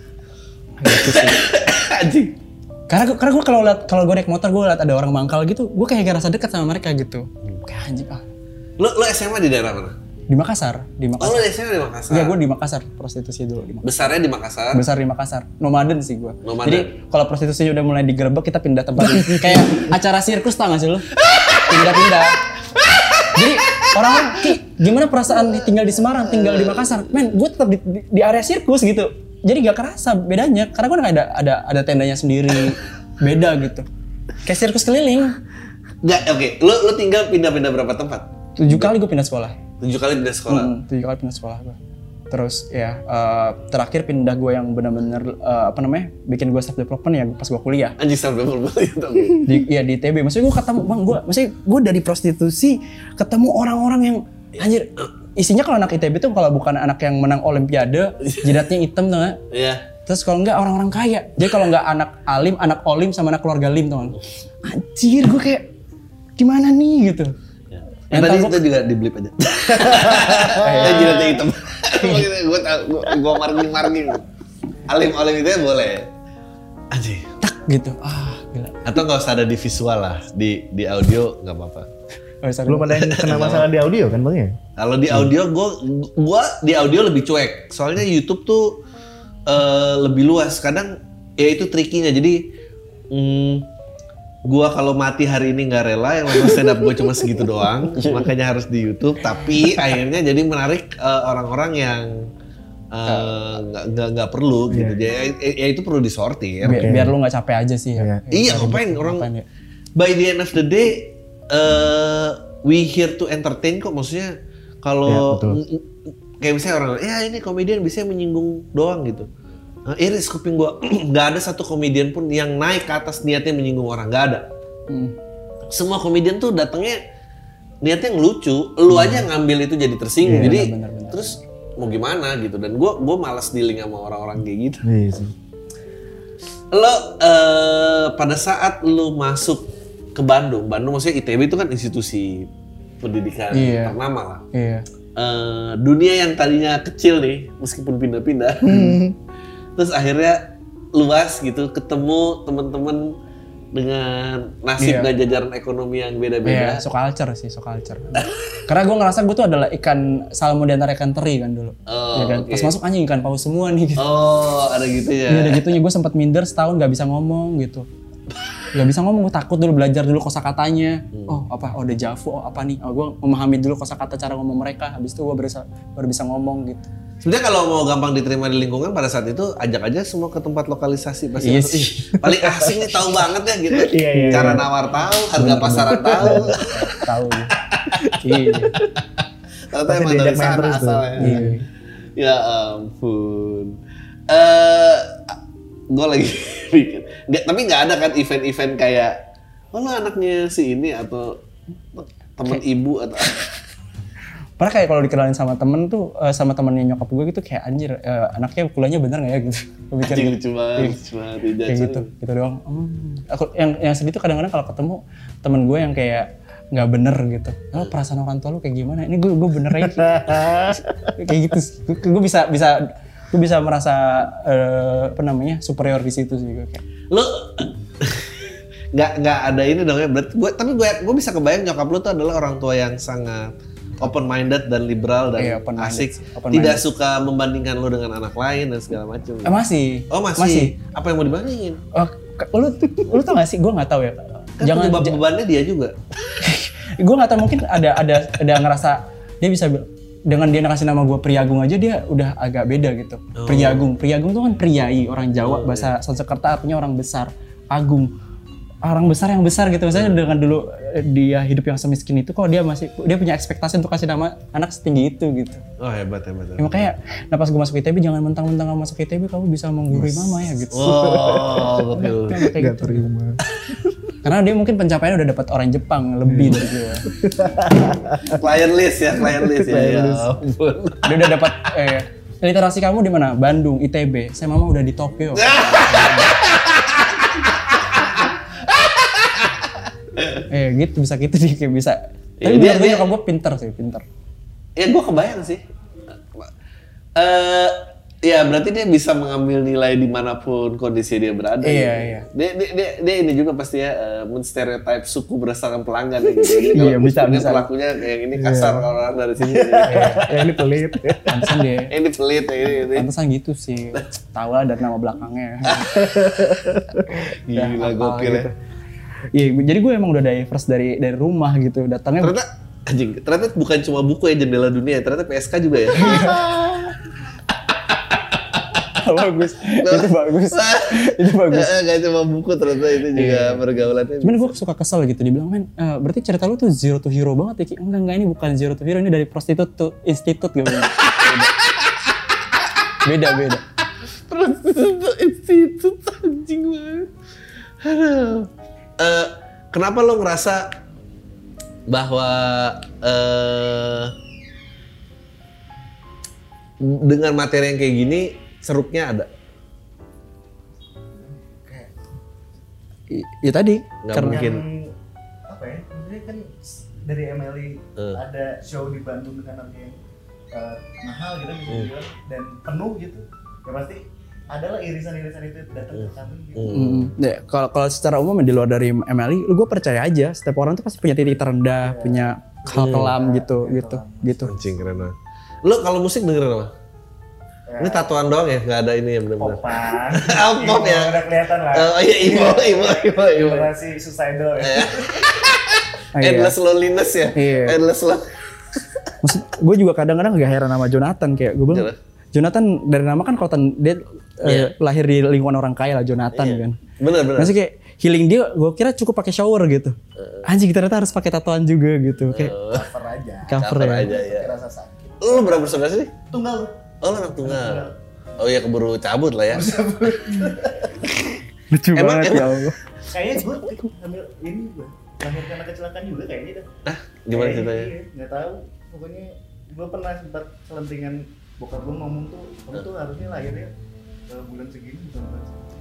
Anjing. Karena gue kalau gue naik motor gue liat ada orang mangkal gitu, gue kayak rasa dekat sama mereka gitu. Kayak anjing Lu SMA di daerah mana? Di Makassar. Oh lu SMA di Makassar? Iya gue di Makassar, prostitusi dulu di Makassar. Besarnya di Makassar? Besar di Makassar, nomaden sih gue. Jadi kalau prostitusinya udah mulai digerebek kita pindah tempat. Kayak acara sirkus tau gak sih lu? Pindah-pindah. Jadi orang-orang, gimana perasaan tinggal di Semarang, tinggal di Makassar? Men, gue tetap di area sirkus gitu. Jadi gak kerasa bedanya, karena gue ada tendanya sendiri, beda gitu. Kayak sirkus keliling. Nggak, oke. Lu tinggal pindah-pindah berapa tempat? 7 kali gue pindah sekolah. 7 kali pindah sekolah? 7 kali pindah sekolah gue. Terus ya, terakhir pindah gue yang benar-benar bikin gue self development ya pas gue kuliah. Anjing self development itu. Di ITB. Maksudnya gue ketemu, gue dari prostitusi ketemu orang-orang yang anjir. Isinya kalau anak ITB tuh kalau bukan anak yang menang olimpiade, jidatnya hitam tuh nggak? Iya. Terus kalau enggak orang-orang kaya. Jadi kalau enggak anak alim, anak olim sama anak keluarga lim tuh. Anjir gue kayak gimana nih gitu. Tadi itu juga di blip aja. Ya jilatnya hitam. Gue margin. Alim itu ya boleh. Anjing. Tak gitu. Gila. Atau nggak usah ada di visual lah, di audio nggak apa-apa. Belum ada yang kena masalah di audio kan Bang ya? Kalau di audio gue di audio lebih cuek. Soalnya YouTube tuh lebih luas. Kadang ya itu trikinya. Jadi gue kalau mati hari ini nggak rela, yang nonton stand up gue cuma segitu doang. Makanya harus di YouTube. Tapi akhirnya jadi menarik orang-orang yang nggak perlu gitu. Ya itu perlu disortir. Biar lu nggak capek aja sih ya. Iya, ngapain orang. By the end of the day, we here to entertain kok. Maksudnya kalau kayak misalnya orang, ya ini komedian bisa menyinggung doang gitu. Iris kuping gua, nggak ada satu komedian pun yang naik ke atas niatnya menyinggung orang, nggak ada. Semua komedian tuh datangnya niatnya ngelucu, lu aja ngambil itu jadi tersinggung. Jadi bener. Terus mau gimana gitu. Dan gua malas dealing sama orang-orang kayak gitu. Lo pada saat lu masuk ke Bandung maksudnya ITB itu kan institusi pendidikan ternama lah. Dunia yang tadinya kecil nih, meskipun pindah-pindah, terus akhirnya luas gitu, ketemu teman-teman dengan nasib dan jajaran ekonomi yang beda-beda. So culture. Karena gue ngerasa gue tuh adalah ikan salmon di antara ikan teri kan dulu. Pas masuk anjing ikan paus semua nih gitu. Ada gitu ya. Iya, ada gitunya. Gue sempat minder setahun nggak bisa ngomong gitu. Gak bisa ngomong, gue takut dulu, belajar dulu kosakatanya. Deja vu, apa nih? Gue memahami dulu kosakata cara ngomong mereka. Habis itu gue baru bisa ngomong gitu. Sebenarnya kalau mau gampang diterima di lingkungan pada saat itu, ajak aja semua ke tempat lokalisasi pasti. Paling asing nih, tahu banget ya gitu. Cara nawar tahu, harga pasaran tahu. Tahu. Iya. Ternyata emang dari sana asalnya. Ya ampun. Gue lagi bikin. Tapi nggak ada kan event-event kayak, lo anaknya si ini atau temen ibu atau. Padahal kayak kalau dikenalin sama temen tuh, sama temennya nyokap gue gitu kayak anjir, anaknya kuliahnya bener nggak ya gitu. Anjir lucu banget, kayak gitu doang. Aku yang sedih tuh kadang-kadang kalau ketemu temen gue yang kayak nggak bener gitu. Perasaan orang tua lu kayak gimana? Ini gue bener aja kayak gitu. Gue bisa merasa superior di situ sih gue kayak. Lu nggak ada ini dong ya. Tapi gue bisa kebayang nyokap lu tuh adalah orang tua yang sangat open minded dan liberal dan asik. Tidak suka membandingkan lu dengan anak lain dan segala macam. Masih. Masih. Apa yang mau dibandingin? Lu tau gak sih? Gue nggak tahu ya. Kan bebannya dia juga. Gue nggak tahu, mungkin ada ngerasa dia bisa dengan dia ngasih nama gue Priagung aja dia udah agak beda gitu. Priagung tuh kan priai, orang Jawa, bahasa Sanskerta artinya orang besar. Agung, orang besar yang besar gitu. Misalnya dengan dulu dia hidup yang semiskin itu, kok dia punya ekspektasi untuk kasih nama anak setinggi itu gitu. Hebat. Ya, makanya, pas gue masuk ITB jangan mentang-mentang masuk ITB kamu bisa menggurui mama ya gitu. Gak terima. Karena dia mungkin pencapaiannya udah dapat orang Jepang lebih dari gue. Client list ya. Ya ampun. Dia udah dapat literasi kamu di mana? Bandung, ITB. Saya mama udah di Tokyo. Gitu bisa gitu sih, kayak bisa. Tapi menurut gue nyokap gue pinter. Ya gue kebayang sih. Ya berarti dia bisa mengambil nilai dimanapun kondisi dia berada. Iya. Dia ini juga pasti ya menstereotype suku berdasarkan pelanggan ya, gitu. Iya bisa. Pelakunya kayak ini kasar kalau orang dari sini. Ini pelit. Pantesan dia. Ini pelit ini. Pantesan gitu sih. Tahu lah dari nama belakangnya. Gila gokil ya. Iya, jadi gue emang udah diverse dari rumah gitu. Datangnya ternyata bukan cuma buku ya jendela dunia, ternyata PSK juga ya. Bagus. Itu bagus. Gak cuma buku, ternyata itu juga pergaulannya. Cuman gue suka kesel gitu, dibilang men, berarti cerita lu tuh zero to hero banget ya. Enggak, ini bukan zero to hero, ini dari prostitut to institut gitu. Beda. Prostitut to institut, anjing banget. Aduh. Kenapa lo ngerasa bahwa dengan materi yang kayak gini serupnya ada? Ya tadi nggak mungkin. Apa ya? Sebenarnya kan dari Emily ada show di Bandung dengan harga yang mahal gitu bisa dibilang dan penuh gitu, ya pasti adalah irisan-irisan itu datang ke kami gitu. Ya, kalau secara umum di luar dari MLI, gue percaya aja setiap orang tuh pasti punya titik terendah, punya hal kelam gitu. Anjing keren banget. Lo kalau musik dengerin apa? Ini tatuan doang ya, nggak ada ini ya benar-benar. Popan. Pop ya. Udah kelihatan lah. Oh iya, imo. Generasi suicidal ya. Endless loneliness ya. Iya. Endless Maksud gue juga kadang-kadang gak heran sama Jonathan, kayak gue bilang Jonathan dari nama kan kalau dia lahir di lingkungan orang kaya lah Jonathan kan. Bener. Maksudnya kayak healing dia gue kira cukup pakai shower gitu. Anjing ternyata harus pakai tatuan juga gitu. Kayak Cover ya. aja. ya. Rasa sakit. Lu berapa bersaudara sih? Tunggal. Oh, lu anak tunggal. Oh iya, keburu cabut lah ya. Lucu banget ya Allah. Kayaknya gue ambil ini gue lahir karena kecelakaan juga kayaknya dah. Gimana ceritanya? Iya, nggak tahu. Pokoknya gue pernah sempat selentingan bokap gue ngomong tuh, kamu tuh harusnya lahirnya bulan segini bukan bulan segini.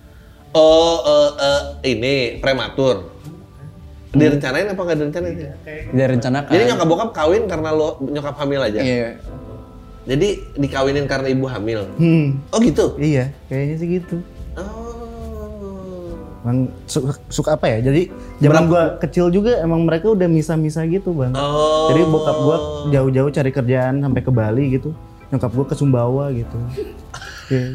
Ini prematur. Direncanain apa nggak direncanain? Iya, kayak Dia rencanakan. Jadi nyokap bokap kawin karena lo nyokap hamil aja? Iya. Jadi dikawinin karena ibu hamil? Oh gitu? Iya, kayaknya sih gitu. Oh. Emang suka apa ya? Jadi zaman gua kecil juga emang mereka udah misah-misah gitu, Bang. Oh. Jadi bokap gua jauh-jauh cari kerjaan sampai ke Bali gitu. Nyokap gua ke Sumbawa gitu. Iya.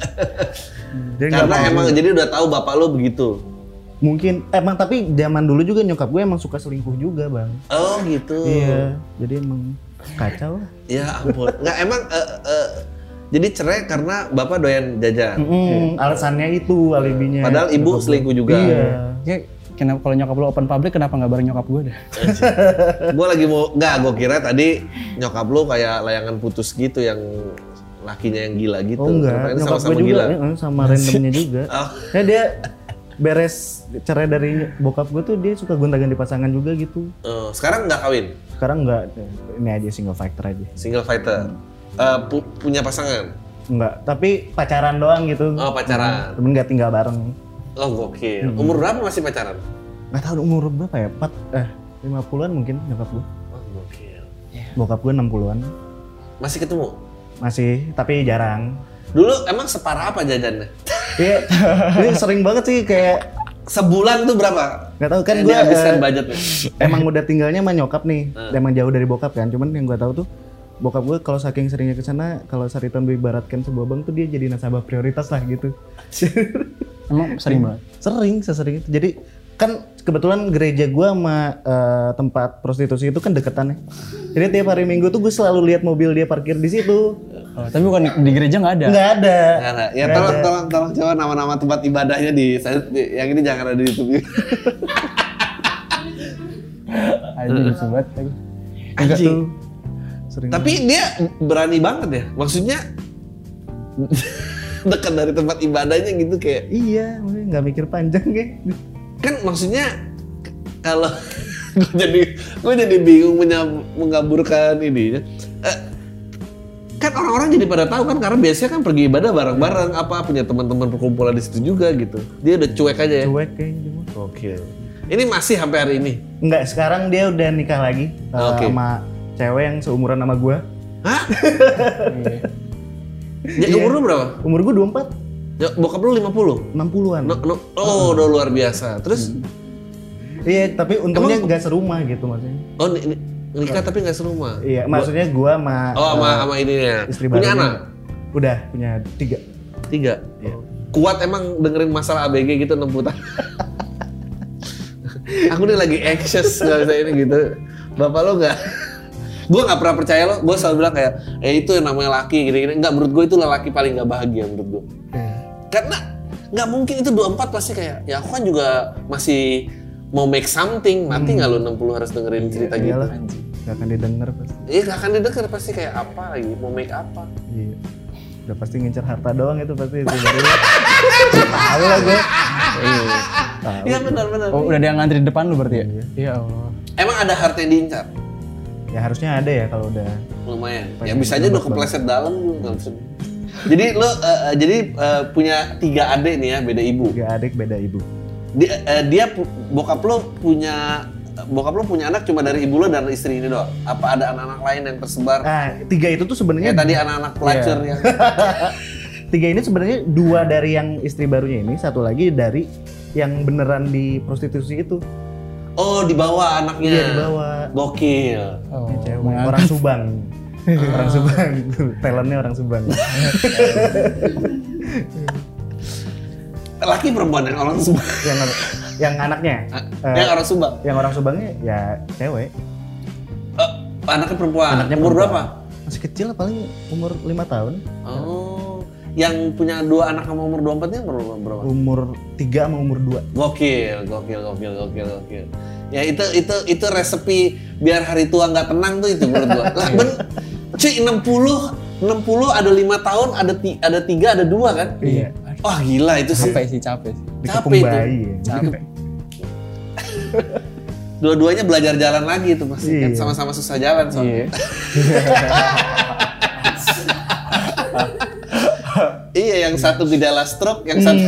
Karena emang jadi udah tahu bapak lo begitu. Mungkin emang tapi zaman dulu juga nyokap gue emang suka selingkuh juga, Bang. Oh gitu. Iya, jadi emang kacau lah. Ya ampun. Nggak emang jadi cerai karena bapak doyan jajan. Alasannya itu alibinya. Padahal ibu selingkuh juga. Iya. Kayak kenapa kalau nyokap lo open public kenapa nggak bareng nyokap gue deh? Gue lagi mau gue kira tadi nyokap lo kayak layangan putus gitu yang lakinya yang gila gitu. Oh enggak, Ternyata nyokap sama-sama gue gila. juga sama randomnya juga. Oh. Ya dia beres cerai dari bokap gue tuh dia suka gonta-ganti pasangan juga gitu. Sekarang nggak kawin? Sekarang enggak, ini aja single fighter aja. Single fighter. Punya pasangan? Enggak, tapi pacaran doang gitu. Oh pacaran. Temen nggak tinggal bareng. Oh gokil. Umur berapa masih pacaran? Nggak tahu umur berapa ya? 50-an mungkin nyokap gue. Oh gokil. Bokap gue 60-an. Masih ketemu? Masih, tapi jarang. Dulu emang separah apa jajannya? Iya, ini sering banget sih kayak Sebulan tuh berapa? nggak tahu kan Yang gue dihabiskan budgetnya. emang udah tinggalnya sama nyokap nih, emang jauh dari bokap kan. Cuman yang gue tahu tuh bokap gue kalau saking seringnya kesana, kalau Sariton diibaratkan sebuah bank tuh dia jadi nasabah prioritas lah gitu. Emang sering banget. Sering, sesering itu. Jadi kan kebetulan gereja gue sama tempat prostitusi itu kan deketan ya. Jadi tiap hari Minggu tuh gue selalu lihat mobil dia parkir di situ. Oh, tapi bukan di gereja nggak ada. Nggak ada. Ya tolong coba nama-nama tempat ibadahnya yang ini jangan ada di YouTube. Anjing lucu banget lagi. Anjing. Sering. Tapi dia berani banget ya. Maksudnya dekat dari tempat ibadahnya gitu kayak. Iya, nggak mikir panjang kayak. Kan maksudnya kalau gue jadi bingung mengaburkan ini. Kan orang-orang jadi pada tahu kan karena biasanya kan pergi ibadah bareng-bareng punya teman-teman perkumpulan di situ juga gitu. Dia udah cuek aja ya. Cuek kayaknya. Oke. Ini masih sampai hari ini. Enggak, sekarang dia udah nikah lagi sama cewek yang seumuran sama gue. Hah? Jadi umur lu berapa? Umur gue 24. Ya, bokap lu 50? 60-an. Udah luar biasa. Terus? Iya, tapi untungnya nggak serumah gitu maksudnya. Oh, nikah tapi nggak serumah? Iya, maksudnya gue sama... sama ininya. Istri punya barunya. anak? Udah, punya 3. 3? Iya. Kuat emang dengerin masalah ABG gitu 60 tahun? Aku nih lagi anxious nggak bisa ini gitu. Bapak lo nggak? Gue nggak pernah percaya lo. Gue selalu bilang kayak, itu yang namanya laki gini-gini. Nggak, menurut gue itu laki paling nggak bahagia menurut gue. Karena nggak mungkin itu 24 pasti kayak, ya aku kan juga masih mau make something. Mati nggak lo 60 harus dengerin cerita gitu? Gak akan didengar pasti. Iya nggak akan didengar pasti kayak apa lagi, mau make apa? Iya. Udah pasti ngincer harta doang itu pasti. Tahu lah gue. Iya benar. Oh udah ada yang ngantri di depan lu berarti ya? Iya Allah. Emang ada harta yang diincar? Ya harusnya ada ya kalau udah. Lumayan. Ya bisa aja udah kepleset dalam lu nggak bisa. Jadi lo punya 3 adik nih ya, beda ibu. 3 adik beda ibu. Dia bokap lo punya bokap lu punya anak cuma dari ibu lu dan istri ini doang? Apa ada anak-anak lain yang tersebar? Nah, 3 itu tuh sebenarnya Tadi anak-anak pelacur yang 3 ini sebenarnya 2 dari yang istri barunya ini, 1 lagi dari yang beneran di prostitusi itu. Oh, dibawa anaknya. Iya, dibawa. Gokil. Ini cewek, orang Subang. Orang Subang. Talentnya orang Subang. Laki perempuan yang orang Subang. yang anaknya. Yang orang Subang. Yang orang Subangnya ya cewek. Anaknya perempuan. Anaknya Umur perempuan. berapa? Masih kecil, paling umur 5 tahun. Oh. Yang punya 2 anak sama umur 24-nya berapa? Umur 3 sama umur 2. Gokil. Ya itu resepi biar hari tua nggak tenang tuh itu menurut gua. Lah cuy 60 ada 5 tahun, ada 3, ada 2 kan? Iya. Wah gila itu sih. Capek sih. Dikepung itu. bayi ya. Capek. Dua-duanya belajar jalan lagi itu pasti kan Iya. sama-sama susah jalan soalnya. Iya, yang satu gejala stroke, yang satu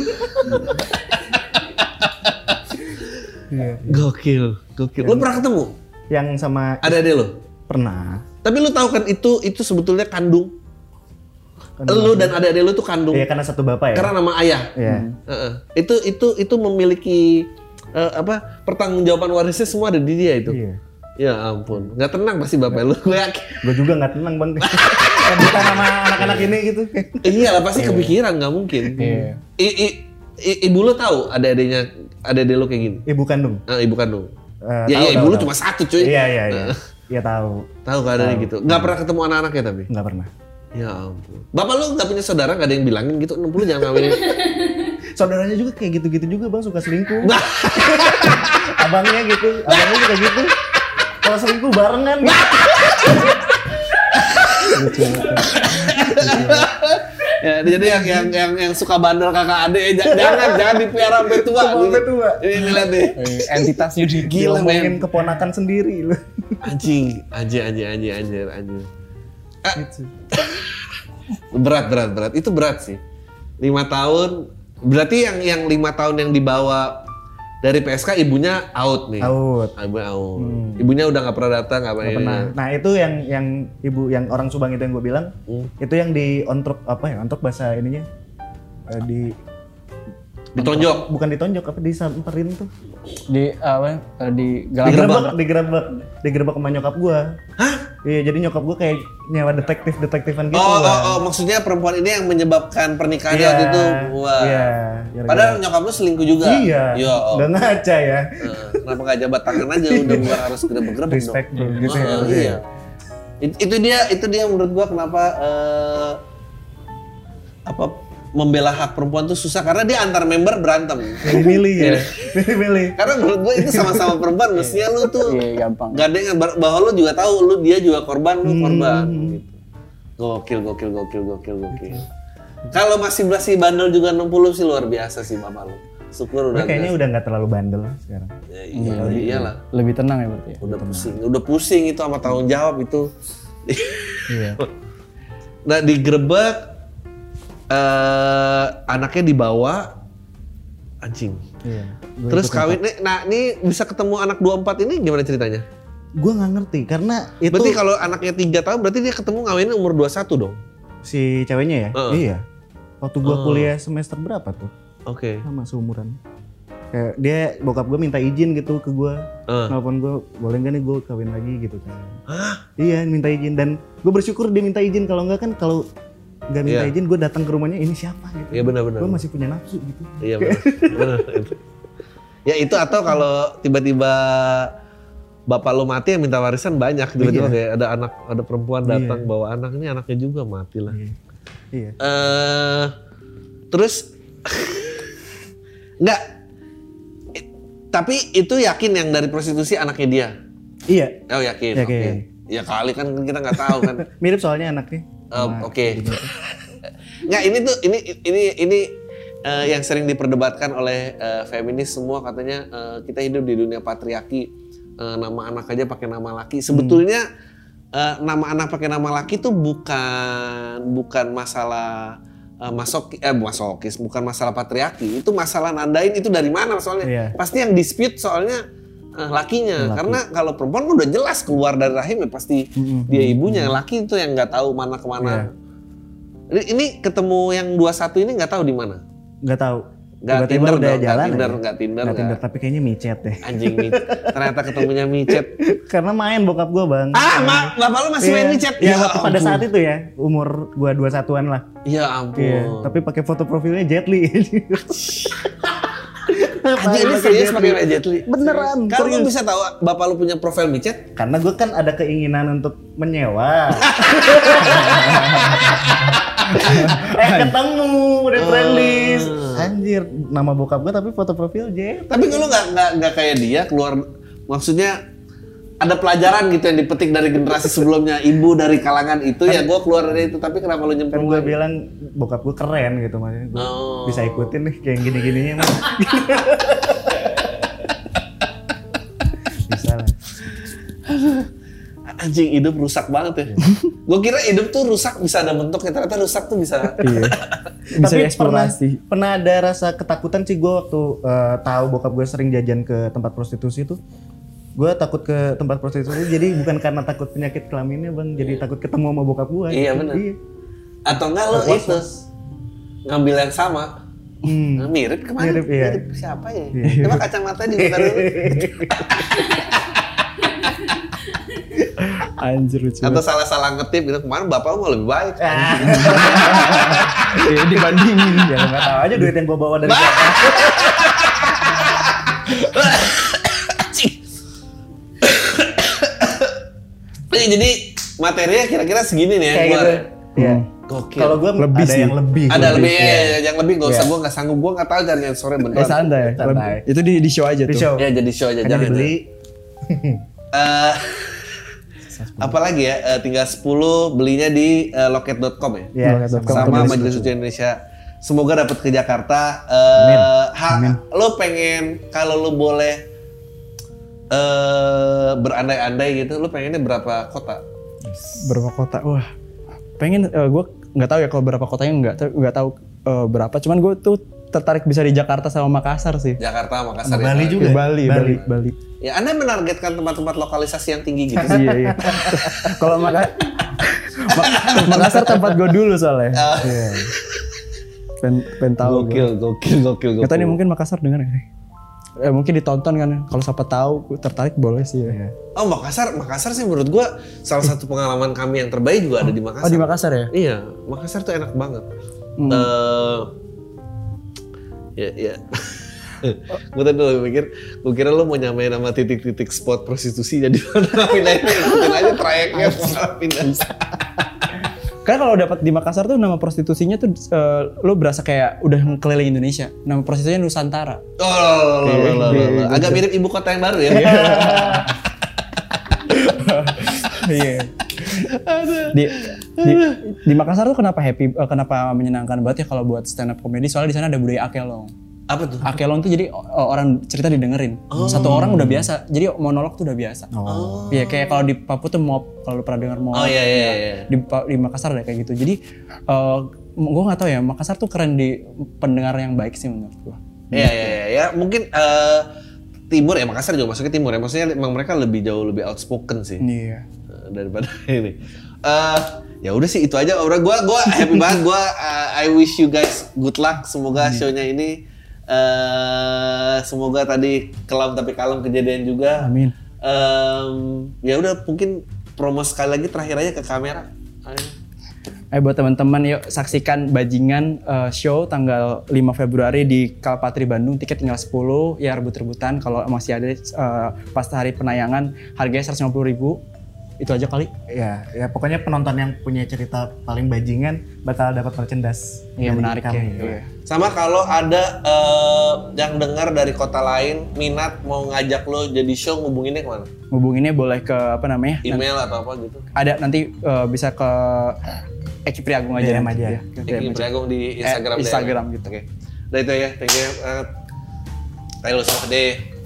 Iya. Gokil. Lu pernah ketemu? Yang sama Ada lu? pernah. Tapi lu tahu kan itu sebetulnya kandung. Lu dan adik-adik lu tuh kandung. Iya, karena satu bapak ya. Karena nama ayah. Iya. Itu memiliki pertanggungjawaban warisnya semua ada di dia itu. Iya. Ya ampun, nggak tenang pasti bapak lu, gue yakin. Gue juga nggak tenang bang. Rebutan sama anak-anak ini gitu. Iya lah pasti kepikiran, nggak mungkin. Iya. Ibu lu tahu adik-adik lu kayak gini? Ibu kandung. Ibu kandung. Tahu, Ibu tahu, lu tahu. cuma satu cuy. Iya. Iya tahu. Tahu keadaannya gitu. Nggak pernah ketemu anak-anaknya tapi. Nggak pernah. Ya ampun. Bapak lu nggak punya saudara, nggak ada yang bilangin gitu 60 jangan kawin. Saudaranya juga kayak gitu-gitu juga bang, suka selingkuh. Abangnya juga gitu. Kalau selingkuh barengan gitu. Ya, jadi yang suka bandel kakak adik jangan dipelihara sampai tua. Sampai tua. Ini lihat deh. Entitasnya di Gila Ngomongin men. keponakan sendiri loh. Anjing. Gitu. Berat. Itu berat sih. 5 tahun. Berarti yang 5 tahun yang dibawa dari PSK ibunya out nih. Out. Ibunya out. Ibunya udah nggak pernah datang, nggak Pernah. Nah itu yang ibu yang orang Subang itu yang gue bilang, itu yang ontrok bahasa ininya ditonjok. bukan ditonjok, apa disamperin tuh. Digerebek sama nyokap gue. Hah? Iya, jadi nyokap gue kayak nyewa detektifan gitu. Oh, maksudnya perempuan ini yang menyebabkan pernikahannya waktu itu. Wah. Iya. Padahal nyokap lu selingkuh juga. Iya. Ya, Nggak ngaca ya. Kenapa nggak jabat tangan aja udah bukan harus gerebek-gerebek dong. Respect bro, gitu ya. Iya. Itu dia menurut gua kenapa membela hak perempuan tuh susah karena dia antar member berantem. Milih ya. Milih. Karena menurut gua itu sama-sama perempuan mestinya lu tuh Iya, gampang. gandeng bahwa lu juga tahu dia juga korban, lu korban gitu. Gokil. Kalau masih bandel juga 60 sih luar biasa sih bapak lu. Syukur udah. Kayaknya udah nggak terlalu bandel sekarang. Ya, iyalah. Lebih tenang ya berarti ya. Udah pusing itu sama tanggung jawab itu. Iya. Nah digerebek, anaknya dibawa, anjing. Iya. Terus kawin. Nah ini bisa ketemu anak 24 ini gimana ceritanya? Gue nggak ngerti karena itu Berarti kalau anaknya 3 tahun berarti dia ketemu ngawinnya umur 21 dong? si ceweknya ya. Iya. Waktu gue kuliah semester berapa tuh? Oke. Sama seumuran. Kayak dia bokap gue minta izin gitu ke gue. Nelfon gue, boleh nggak nih gue kawin lagi gitu kan. Iya minta izin dan gue bersyukur dia minta izin, kalau nggak kan kalau nggak minta izin gue datang ke rumahnya ini siapa gitu. Iya benar-benar. Gue masih punya nafsu gitu. Iya benar. Ya itu atau kalau tiba-tiba bapak lo mati yang minta warisan banyak, tiba-tiba kayak ada perempuan datang bawa anak, ini anaknya juga mati lah. Iya. Terus enggak, tapi itu yakin yang dari prostitusi anaknya dia? Iya. Oh yakin. Yakin. Oke. Ya kali kan kita nggak tahu kan. Mirip soalnya anaknya. Oke. Nggak, ini yang sering diperdebatkan oleh feminis semua, katanya kita hidup di dunia patriarki, nama anak aja pakai nama laki. Sebetulnya nama anak pakai nama laki itu bukan masalah masokis, bukan masalah patriarki. Itu masalah nandain itu dari mana soalnya. Iya. Pasti yang dispute soalnya Lakinya. Karena kalau perempuan udah jelas keluar dari rahim ya pasti dia ibunya. Laki itu yang nggak tahu mana kemana. Ini ketemu yang 21 ini nggak tahu di mana. Nggak tahu. Nggak Tiba-tiba Tinder udah dong, jalan. nggak Tinder, Tapi kayaknya micet deh. Anjing micet. Ternyata ketemunya micet. Karena main bokap gue bang. Bapak lu masih main micet? Ya, pada saat itu ya, umur gue 21-an lah. Ya ampun. Iya, tapi pakai foto profilnya Jet Li. Anjing ini serius pakai Jet Li? Beneran. Kalau lu bisa tahu bapak lu punya profil micet? Karena gue kan ada keinginan untuk menyewa. Ketemu udah friendly. Anjir, nama bokap gue tapi foto profil Jet. Tapi kalau nggak kayak dia keluar, maksudnya ada pelajaran gitu yang dipetik dari generasi sebelumnya, ibu dari kalangan itu ya gue keluar dari itu. Tapi kenapa lu nyemplung? Kan gue bilang bokap gue keren gitu, maksudnya gue bisa ikutin nih kayak gini-gininya. Bisa lah. Anjing, hidup rusak banget ya. Gue kira hidup tuh rusak bisa ada bentuknya, ternyata rusak tuh bisa. Bisa Tapi dieksplorasi. pernah ada rasa ketakutan sih gue waktu tahu bokap gue sering jajan ke tempat prostitusi tuh. Gue takut ke tempat prostitusi, jadi bukan karena takut penyakit kelaminnya bang, jadi takut ketemu sama bokap gue. Iya benar. Atau enggak lo itu ngambil yang sama. Nah, mirip kemana? Mirip siapa ya? Coba kacamata dibuka dulu. Anjir lucu. Atau salah-salah ngetip gitu, kemarin bapak mau lebih baik. Iya dibandingin. Ya nggak tahu aja duit yang gue bawa dari siapa. Jadi materinya kira-kira segini nih ya. Kayak gitu. Iya. Gokil. Kalau gue Lebih ada sih. yang lebih. Ada lebih ya, yang lebih nggak usah, Iya. gue nggak sanggup, gue nggak tahu caranya sore beneran. Santai. Santai. Itu di show aja Di tuh. show. Ya jadi show aja, Hanya jangan. dibeli. Apalagi ya, tinggal 10 belinya di loket.com ya. Iya. Loket.com. Sama Majelis Suci Indonesia. Semoga dapat ke Jakarta. Lo pengen kalau lo boleh berandai-andai gitu, lo pengennya berapa kota? Berapa kota? Wah, pengen gue nggak tahu ya kalau berapa kotanya nggak tahu berapa. Cuman gue tuh tertarik bisa di Jakarta sama Makassar sih. Jakarta, Makassar, Bali ya. juga. Bali. Ya, Anda menargetkan tempat-tempat lokalisasi yang tinggi gitu. Iya. Kalau Makassar tempat gue dulu soalnya. Iya. Pengen tahu. Gokil. Kata nih mungkin Makassar dengar ya. Mungkin ditonton kan. Kalau siapa tahu gue tertarik boleh sih ya. Oh, Makassar sih menurut gua salah satu pengalaman kami yang terbaik juga ada di Makassar. Oh di Makassar ya? Iya, Makassar tuh enak banget. Ya. Gue tadi dulu mikir, gue kira lo mau nyamain sama titik-titik spot prostitusi, jadi pindahin ikutin aja trayeknya pindah. Karena kalau dapat di Makassar tuh nama prostitusinya tuh lo berasa kayak udah keliling Indonesia. Nama prostitusinya Nusantara. Agak mirip ibu kota yang baru ya. Iya. Di Makassar tuh kenapa menyenangkan banget ya kalau buat stand up comedy, soalnya di sana ada budaya akelong. Apa tuh? Akelong tuh jadi orang cerita didengerin. Satu orang udah biasa. Jadi monolog tuh udah biasa. Iya, kayak kalau di Papua tuh mop, kalau lu pernah dengar mop. Oh iya. Di Makassar ada kayak gitu. Jadi gue nggak tahu ya, Makassar tuh keren di pendengar yang baik sih menurut gue. Iya. Mungkin timur ya, Makassar juga masuknya timur ya. Maksudnya emang mereka jauh lebih outspoken sih. Iya. Daripada ini. Ya udah sih itu aja. Orang gua happy banget. I wish you guys good luck. Semoga show-nya ini semoga tadi kelam tapi kalem kejadian juga. Amin. Ya udah mungkin promo sekali lagi terakhir aja ke kamera. Ayo. Buat teman-teman yuk saksikan Bajingan show tanggal 5 Februari di Kalpatri Bandung. Tiket tinggal 10 ya, rebut-rebutan kalau masih ada pas hari penayangan, harganya 150.000. Itu aja kali. Ya pokoknya penonton yang punya cerita paling bajingan bakal dapat merchandise. Iya, menarik kami. ya. Iya. Sama kalau ada yang dengar dari kota lain minat mau ngajak lo jadi show, ngubunginnya kemana? Ngubunginnya boleh ke apa namanya? Email atau apa gitu? Ada nanti bisa ke Eki Priagung aja. DM aja. Eki Priagung di Instagram. Instagram gitu. Oke. Udah itu ya. Thank you. Kayak lo sama deh.